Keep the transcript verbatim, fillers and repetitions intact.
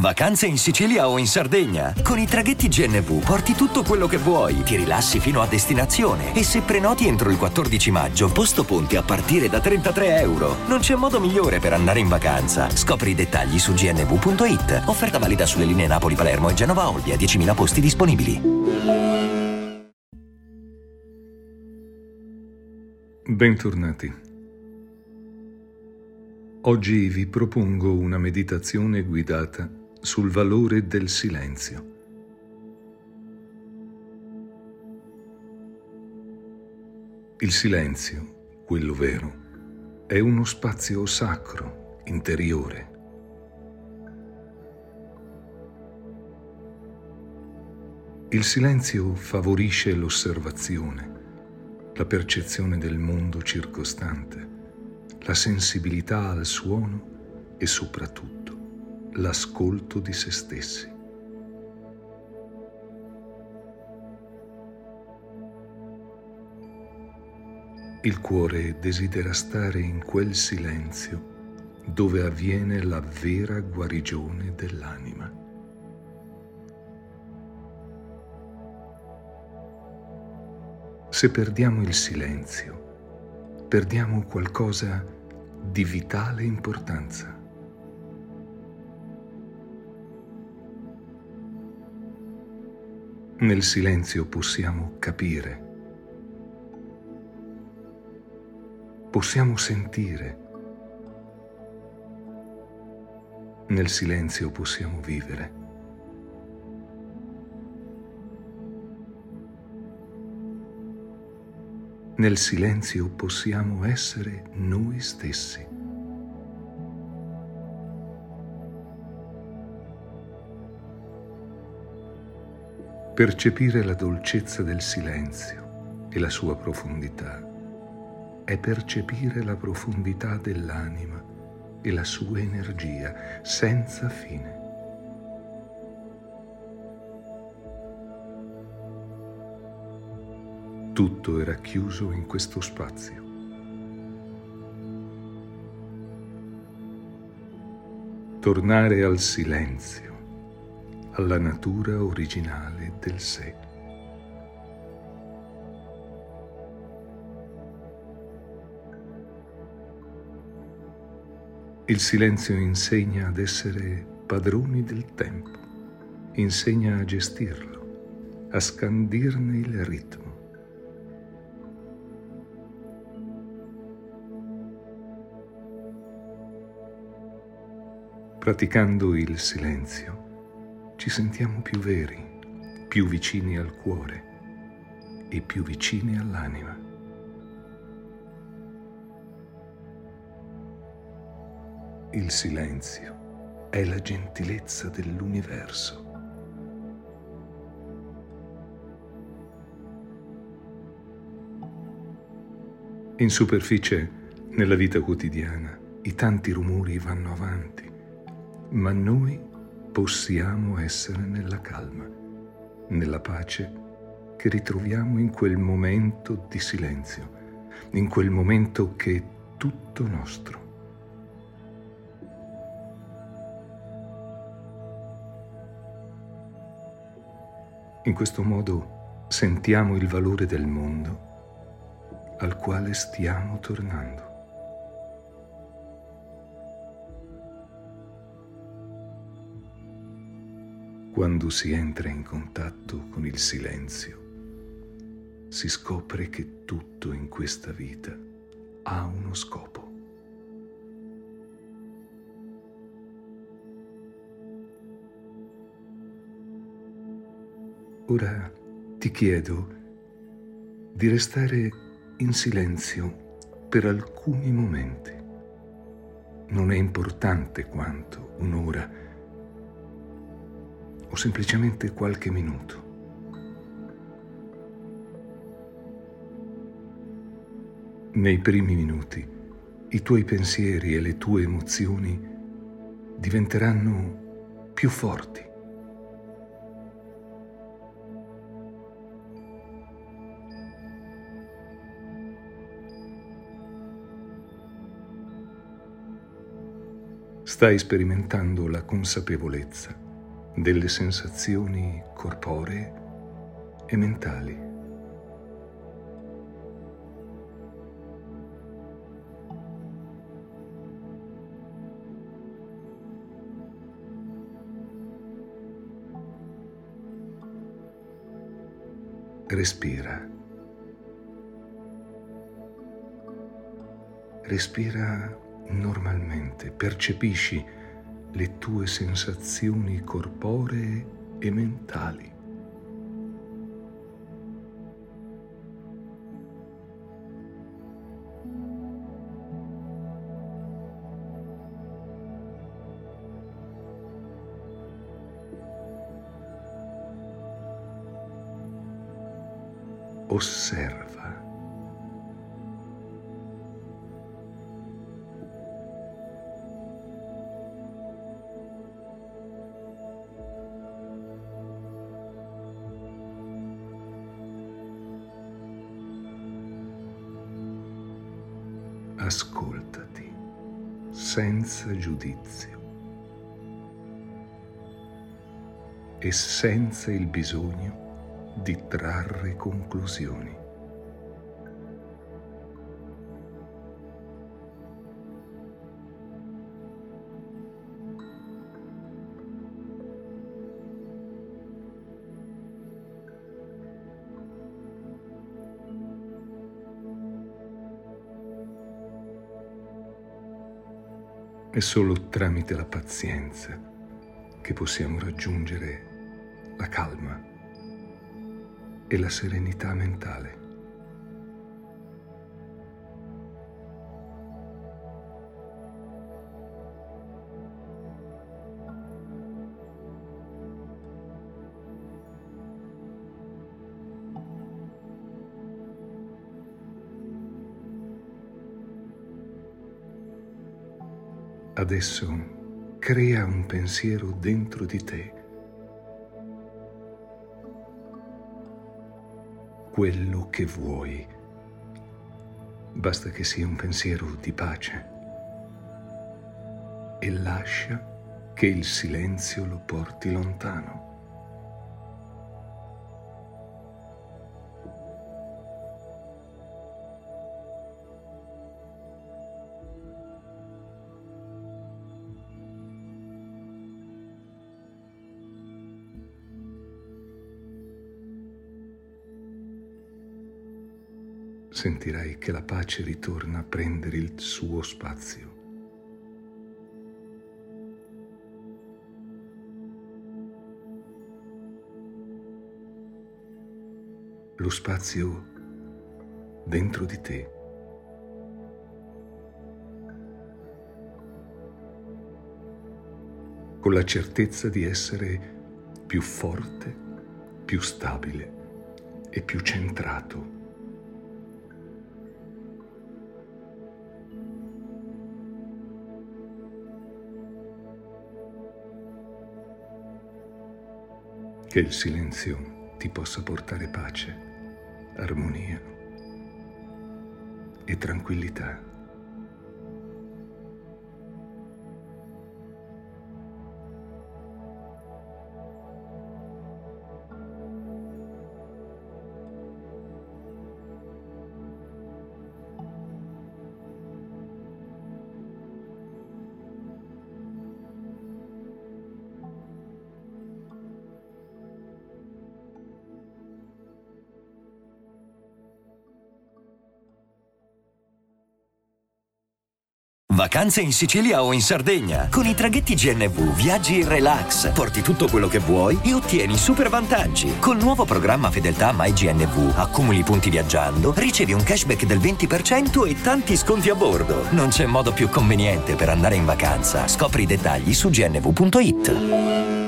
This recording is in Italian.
Vacanze in Sicilia o in Sardegna? Con i traghetti G N V porti tutto quello che vuoi, ti rilassi fino a destinazione e se prenoti entro il quattordici maggio, posto ponti a partire da trentatré euro. Non c'è modo migliore per andare in vacanza. Scopri i dettagli su g n v punto i t. Offerta valida sulle linee Napoli-Palermo e Genova-Olbia, diecimila posti disponibili. Bentornati. Oggi vi propongo una meditazione guidata sul valore del silenzio. Il silenzio, quello vero, è uno spazio sacro, interiore. Il silenzio favorisce l'osservazione, la percezione del mondo circostante, la sensibilità al suono e soprattutto l'ascolto di se stessi. Il cuore desidera stare in quel silenzio dove avviene la vera guarigione dell'anima. Se perdiamo il silenzio, perdiamo qualcosa di vitale importanza. Nel silenzio possiamo capire, possiamo sentire, nel silenzio possiamo vivere. Nel silenzio possiamo essere noi stessi. Percepire la dolcezza del silenzio e la sua profondità è percepire la profondità dell'anima e la sua energia senza fine. Tutto è racchiuso in questo spazio. Tornare al silenzio, alla natura originale del sé. Il silenzio insegna ad essere padroni del tempo, insegna a gestirlo, a scandirne il ritmo. Praticando il silenzio, ci sentiamo più veri, più vicini al cuore e più vicini all'anima. Il silenzio è la gentilezza dell'universo. In superficie, nella vita quotidiana, i tanti rumori vanno avanti, ma noi possiamo essere nella calma, nella pace che ritroviamo in quel momento di silenzio, in quel momento che è tutto nostro. In questo modo sentiamo il valore del mondo al quale stiamo tornando. Quando si entra in contatto con il silenzio, si scopre che tutto in questa vita ha uno scopo. Ora ti chiedo di restare in silenzio per alcuni momenti. Non è importante quanto, un'ora o semplicemente qualche minuto. Nei primi minuti i tuoi pensieri e le tue emozioni diventeranno più forti. Stai sperimentando la consapevolezza delle sensazioni corporee e mentali. Respira. Respira normalmente, percepisci le tue sensazioni corporee e mentali. Osserva. Ascoltati senza giudizio e senza il bisogno di trarre conclusioni. È solo tramite la pazienza che possiamo raggiungere la calma e la serenità mentale. Adesso crea un pensiero dentro di te, quello che vuoi. Basta che sia un pensiero di pace e lascia che il silenzio lo porti lontano. Sentirai che la pace ritorna a prendere il suo spazio. Lo spazio dentro di te. Con la certezza di essere più forte, più stabile e più centrato. Che il silenzio ti possa portare pace, armonia e tranquillità. Vacanze in Sicilia o in Sardegna. Con i traghetti G N V viaggi in relax, porti tutto quello che vuoi e ottieni super vantaggi. Col nuovo programma Fedeltà MyGNV accumuli punti viaggiando, ricevi un cashback del venti per cento e tanti sconti a bordo. Non c'è modo più conveniente per andare in vacanza. Scopri i dettagli su gnv punto it.